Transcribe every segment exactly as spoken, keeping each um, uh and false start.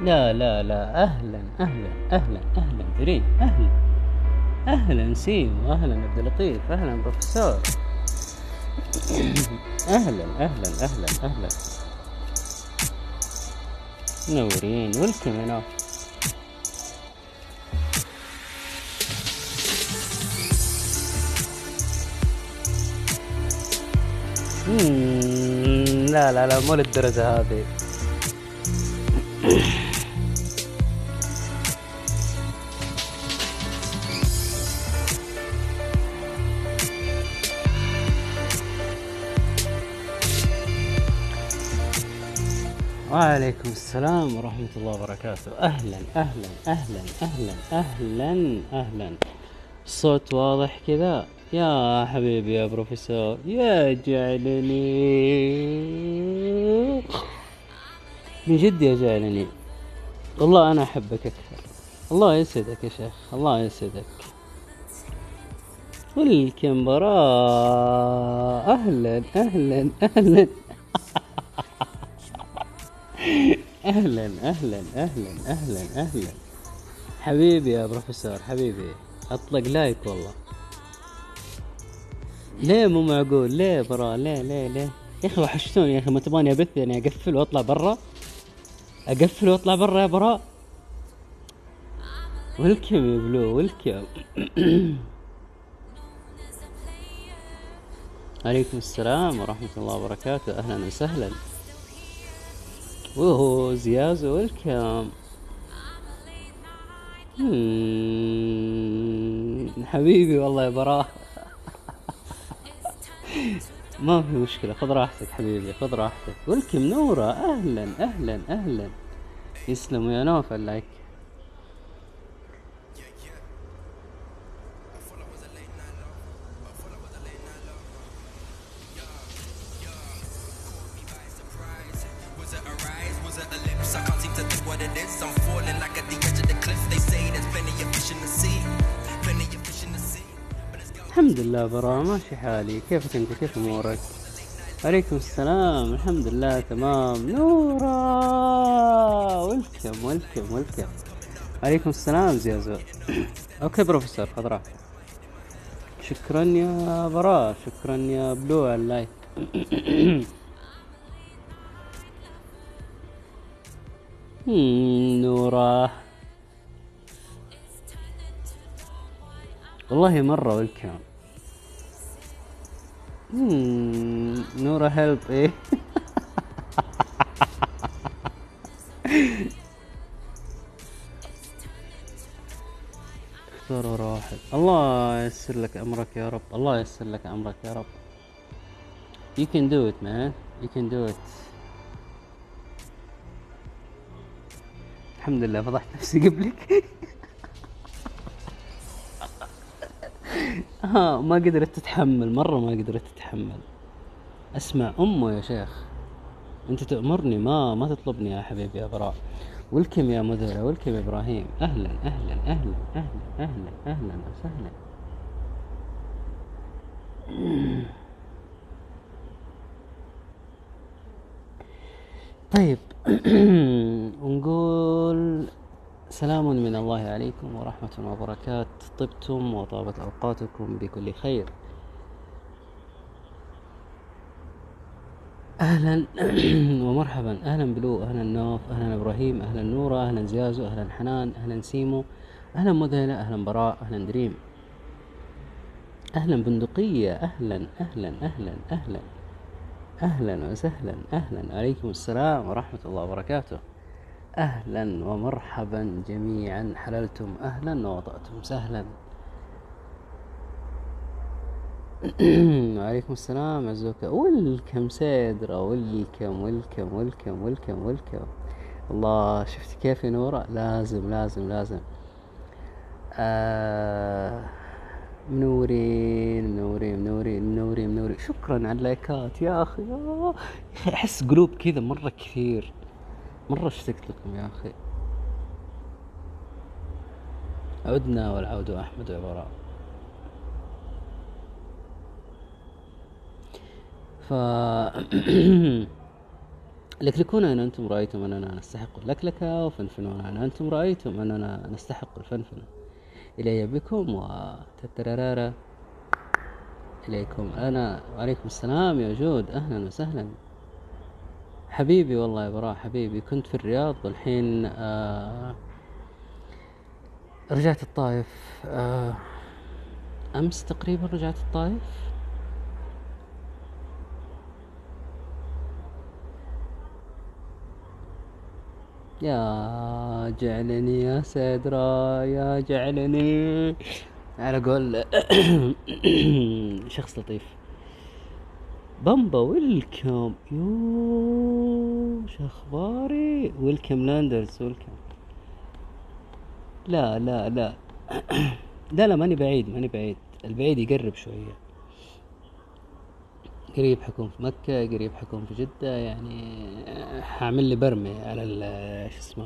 لا لا لا، أهلا أهلا أهلا أهلا درين، أهلا أهلا سيم، أهلا عبد اللطيف، أهلا بروفيسور. أهلا أهلا أهلا أهلا، منورين، ويلكم هنا. مم، لا لا لا، مو للدرجة هذه. وعليكم السلام ورحمة الله وبركاته. أهلا أهلا أهلا أهلا أهلا أهلا. الصوت واضح كذا يا حبيبي يا بروفيسور، يا جعلني من جد، يا جعلني والله أنا أحبك أكثر. الله يسعدك يا شيخ، الله يسعدك. والكمبراء أهلا أهلا أهلا أهلا أهلا أهلا أهلا أهلا. حبيبي يا بروفيسور، حبيبي أطلق لايك والله. ليه مو معقول؟ ليه برا؟ ليه ليه ليه يا أخي؟ وحشتوني يا أخي. ما تبغاني أبث يعني أقفل وأطلع برا؟ أقفل وأطلع برا يا برا؟ ويلكم يا بلو، ويلكم. عليكم السلام ورحمة الله وبركاته، أهلا وسهلا. اوه زيازو، ويلكم. حبيبي والله يا براء. ما في مشكلة، خذ راحتك حبيبي، خذ راحتك. ويلكم نورة، أهلا أهلا أهلا. يسلموا يا نوف عليك. الحمد لله براء، ماشي حالي. كيفك انت؟ كيف امورك؟ عليكم السلام، الحمد لله تمام. نورا، ويلكم ويلكم ويلكم. عليكم السلام زيازو. اوكي بروفيسور، خذ راحتك. شكرا يا براء، شكرا يا بلو على اللايك. نورا والله مرة ويلكم. نورا هيلب ايه. اختار واحد. الله ييسر لك امرك يا رب، الله ييسر لك امرك يا رب. You can do it man, you can do it. الحمد لله فضحت نفسي قبلك. ها ما قدرت تتحمل، مرة ما قدرت تتحمل. اسمع امه يا شيخ، انت تأمرني ما ما تطلبني يا حبيبي يا براء. ولكم يا مذهلة، ولكم يا ابراهيم. اهلا اهلا اهلا اهلا اهلا اهلا وسهلا. طيب. ونقول سلام من الله عليكم ورحمة وبركاته. طبتم وطابت أوقاتكم بكل خير. أهلا ومرحبا. أهلا بلو، أهلا نوف، أهلا إبراهيم، أهلا نورة، أهلا زيازو، أهلا حنان، أهلا سيمو، أهلا مذهلة، أهلا براء، أهلا دريم، أهلا بندقية، أهلا أهلا أهلا أهلا أهلا وسهلا. أهلا، عليكم السلام ورحمة الله وبركاته. أهلا ومرحبا جميعا. حللتم أهلا ووطأتم سهلا. وعليكم السلام عزوكا. ويلكم سيدرا، ويلكم ويلكم ويلكم ويلكم ويلكم. الله، شفت كيف يا نورة؟ لازم لازم لازم. آه منورين منورين منورين منورين منورين. شكرا على اللايكات يا أخي. يا أخي أحس قلوب كذا مرة كثير، مرة اشتقت لكم يا أخي. عدنا والعود أحمد وبراء. ف لكلكون أن أنتم رأيتم أننا نستحق اللكلكة، وفنفنون أن أنتم رأيتم أننا نستحق الفنفنة. إلي بكم وتترارارا إليكم أنا. وعليكم السلام يا جود، أهلا وسهلا حبيبي. والله يا براء حبيبي، كنت في الرياض والحين آه رجعت الطائف. آه أمس تقريبا رجعت الطائف. يا جعلني يا سدرا، يا جعلني على قول شخص لطيف. بامبا ويلكم، يو شخباري. ويلكم لاندرز، ويلكم. لا لا لا لا لا ماني بعيد، ماني بعيد. البعيد يقرب شوية. قريب حكون في مكة، قريب حكون في جدة، يعني حاعمل لي برمي على شو اسمه.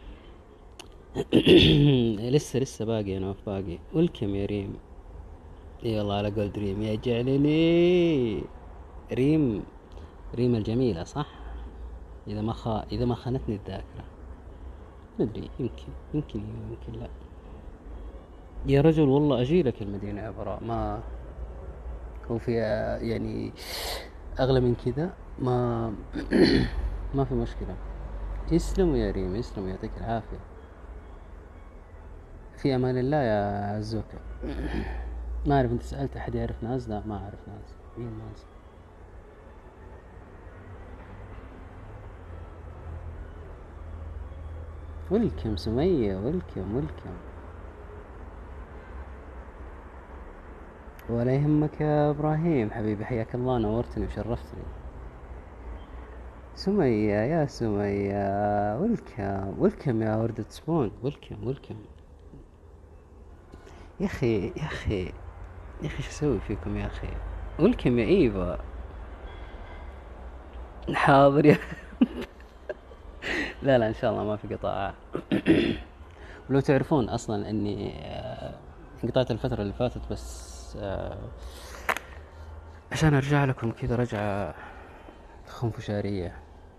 لسه لسه باقي انا في باقي. ولكم يا ريم. اي والله على قول ريم، يا جعلني ريم. ريم الجميلة صح، اذا ما خا اذا ما خانتني الذاكرة. مدري، يمكن يمكن يمكن لا. يا رجل والله اجيلك المدينة يا براء، ما هو في يعني اغلى من كذا. ما ما في مشكلة. يسلم يا ريم، يسلم، يعطيك العافية. في امان الله يا عزوكة. ما اعرف انت سألت احد يعرف ناس؟ لا ما اعرف ناس. مين ناس؟ ولكم سمية، ولكم ولكم. ولا يهمك يا ابراهيم حبيبي، حياك الله، نورتني وشرفتني. سمية يا سمية، ولكم ولكم يا وردة سبون، ولكم ولكم. يا اخي يا اخي يا اخي شو اسوي فيكم يا اخي؟ ولكم يا ايفا. حاضر يا لا لا ان شاء الله ما في قطاع. ولو تعرفون اصلا اني آه، انقطعت الفترة اللي فاتت، بس آه، عشان ارجع لكم كذا رجعة خنفشارية.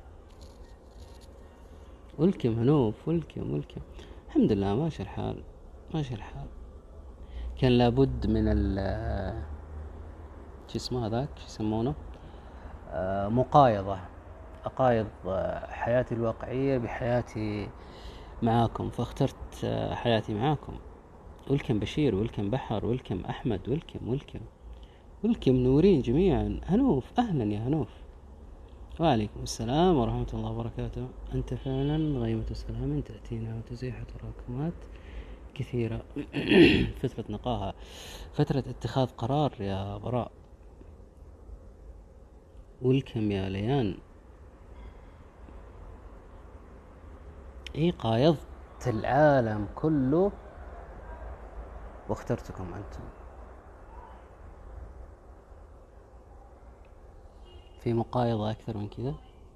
ولكم هنوف، ولكم ولكم. الحمد لله ماشي الحال، ماشي الحال. كان لابد من ال شو اسمه هذاك، شو يسمونه، آه مقايضة. أقايض آه، حياتي الواقعية بحياتي معاكم، فاخترت آه حياتي معاكم. ولكم بشير، ولكم بحر، ولكم أحمد، ولكم ولكم ولكم نورين جميعا. هنوف أهلا يا هنوف. وعليكم السلام ورحمة الله وبركاته. أنت فعلا غيمة السلام تأتينا وتزيح تراكمات كثيرة. فترة نقاهة، فترة اتخاذ قرار يا براء. ولكم يا ليان. اي قايضت العالم كله واخترتكم أنتم. في مقايضة أكثر من كذا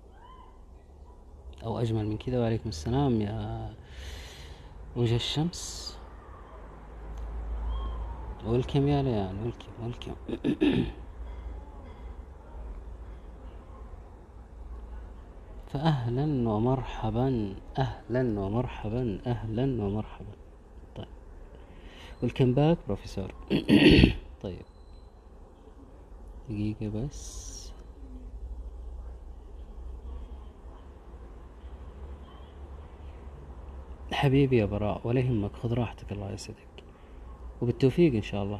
أو أجمل من كذا؟ وعليكم السلام يا وجه الشمس. ولكم يا ليان، ولكم ولكم. فأهلا ومرحبا، أهلا ومرحبا، أهلا ومرحبا. طيب ولكم باك بروفيسور. طيب دقيقة بس. حبيبي يا براء، ولا يهمك، خذ راحتك، الله يسعدك، وبالتوفيق إن شاء الله.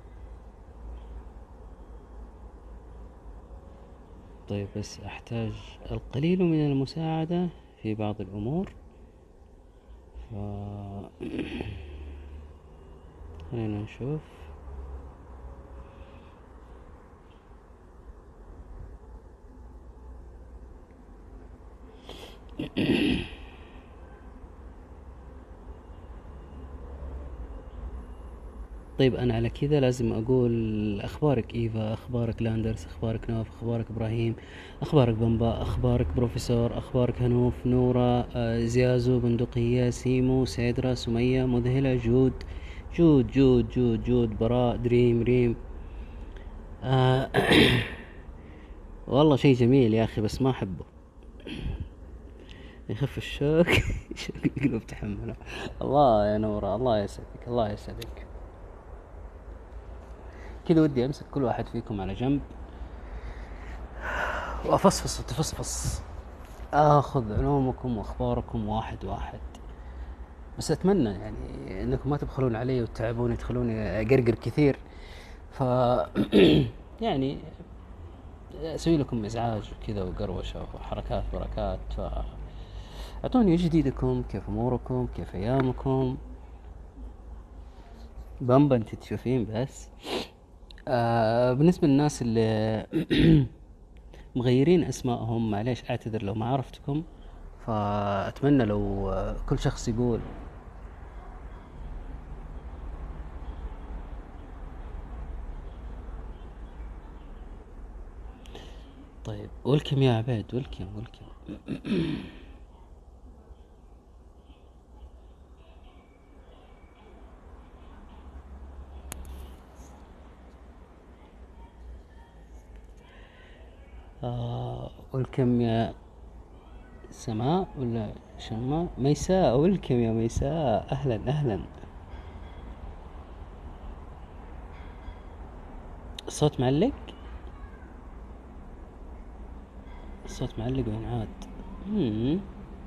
طيب بس أحتاج القليل من المساعدة في بعض الأمور، ف... خلينا نشوف. طيب أنا على كذا لازم أقول أخبارك إيفا، أخبارك لاندرز، أخبارك نوف، أخبارك إبراهيم، أخبارك بمبا، أخبارك بروفيسور، أخبارك هنوف، نورة، آه، زيازو، بندقية، سيمو، سيدرا، سمية، مذهلة، جود جود جود جود جود براء، دريم، ريم. آه والله شيء جميل يا أخي، بس ما أحبه. يخف الشوك شوك يقلب تحمله. الله يا نورة، الله يسعدك، الله يسعدك. كذا ودي أمسك كل واحد فيكم على جنب وأفصفص وتفصفص، آخذ علومكم وأخباركم واحد واحد. بس أتمنى يعني أنكم ما تبخلون علي وتتعبوني تخلوني أقرقر كثير، ف يعني أسوي لكم إزعاج وكذا وقروشة وحركات بركات. فأعطوني إيش جديدكم، كيف أموركم، كيف أيامكم. بامبا أنت تشوفين بس. آه بالنسبة للناس اللي مغيرين أسمائهم، معليش أعتذر لو ما عرفتكم، فأتمنى لو كل شخص يقول طيب. ولكم يا عبيد، ولكم ولكم. آه ولكم يا سماء ولا شماء ميساء، ولكم يا ميساء، أهلا أهلا. الصوت معلق، الصوت معلق وينعاد. مم.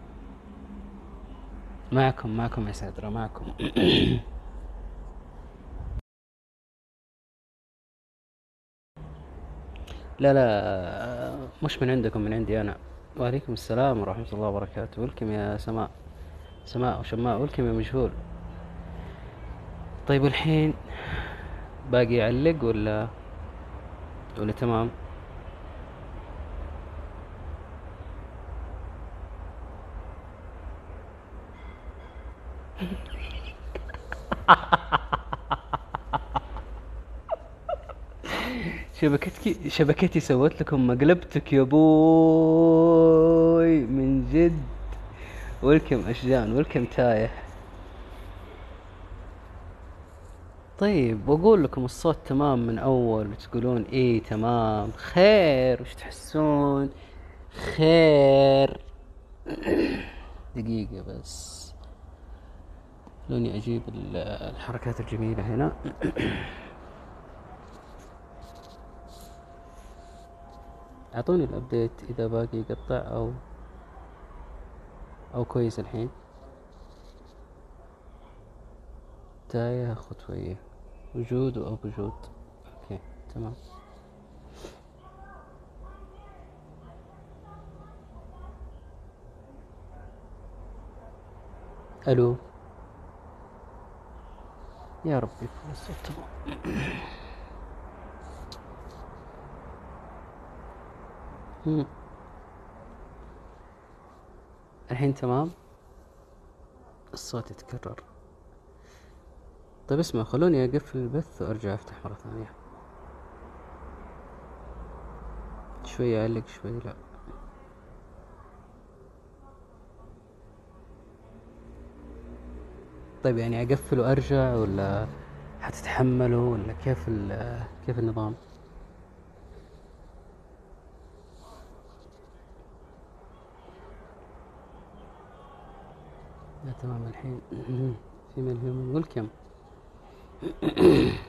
معكم معكم يا سادرة، معكم. لا لا، مش من عندكم، من عندي أنا. وعليكم السلام ورحمة الله وبركاته. ولكم يا سماء، سماء وشماء، ولكم يا مجهول. طيب الحين باقي يعلق ولا ولا تمام؟ شبكتك شبكتي سوت لكم مقلبتك يا بوي من جد. ولكم أشجان، ولكم تايه. طيب وأقول لكم الصوت تمام من أول وتقولون إيه تمام خير، وش تحسون؟ خير. دقيقة بس، خلوني أجيب الحركات الجميلة هنا. أعطوني الأبديت إذا باقي يقطع أو أو كويس الحين. تايه خطوية، وجود أو بجود. أوكي تمام. ألو، يا ربي يكون الصوت تمام. مم. الحين تمام، الصوت يتكرر. طيب اسمع، خلوني أقفل البث وأرجع أفتح مرة ثانية. شوية أعلق شوي لا. طيب يعني أقفل وأرجع ولا حتتحملوا ولا كيف كيف النظام؟ لا تمام الحين. في مليون ولكم.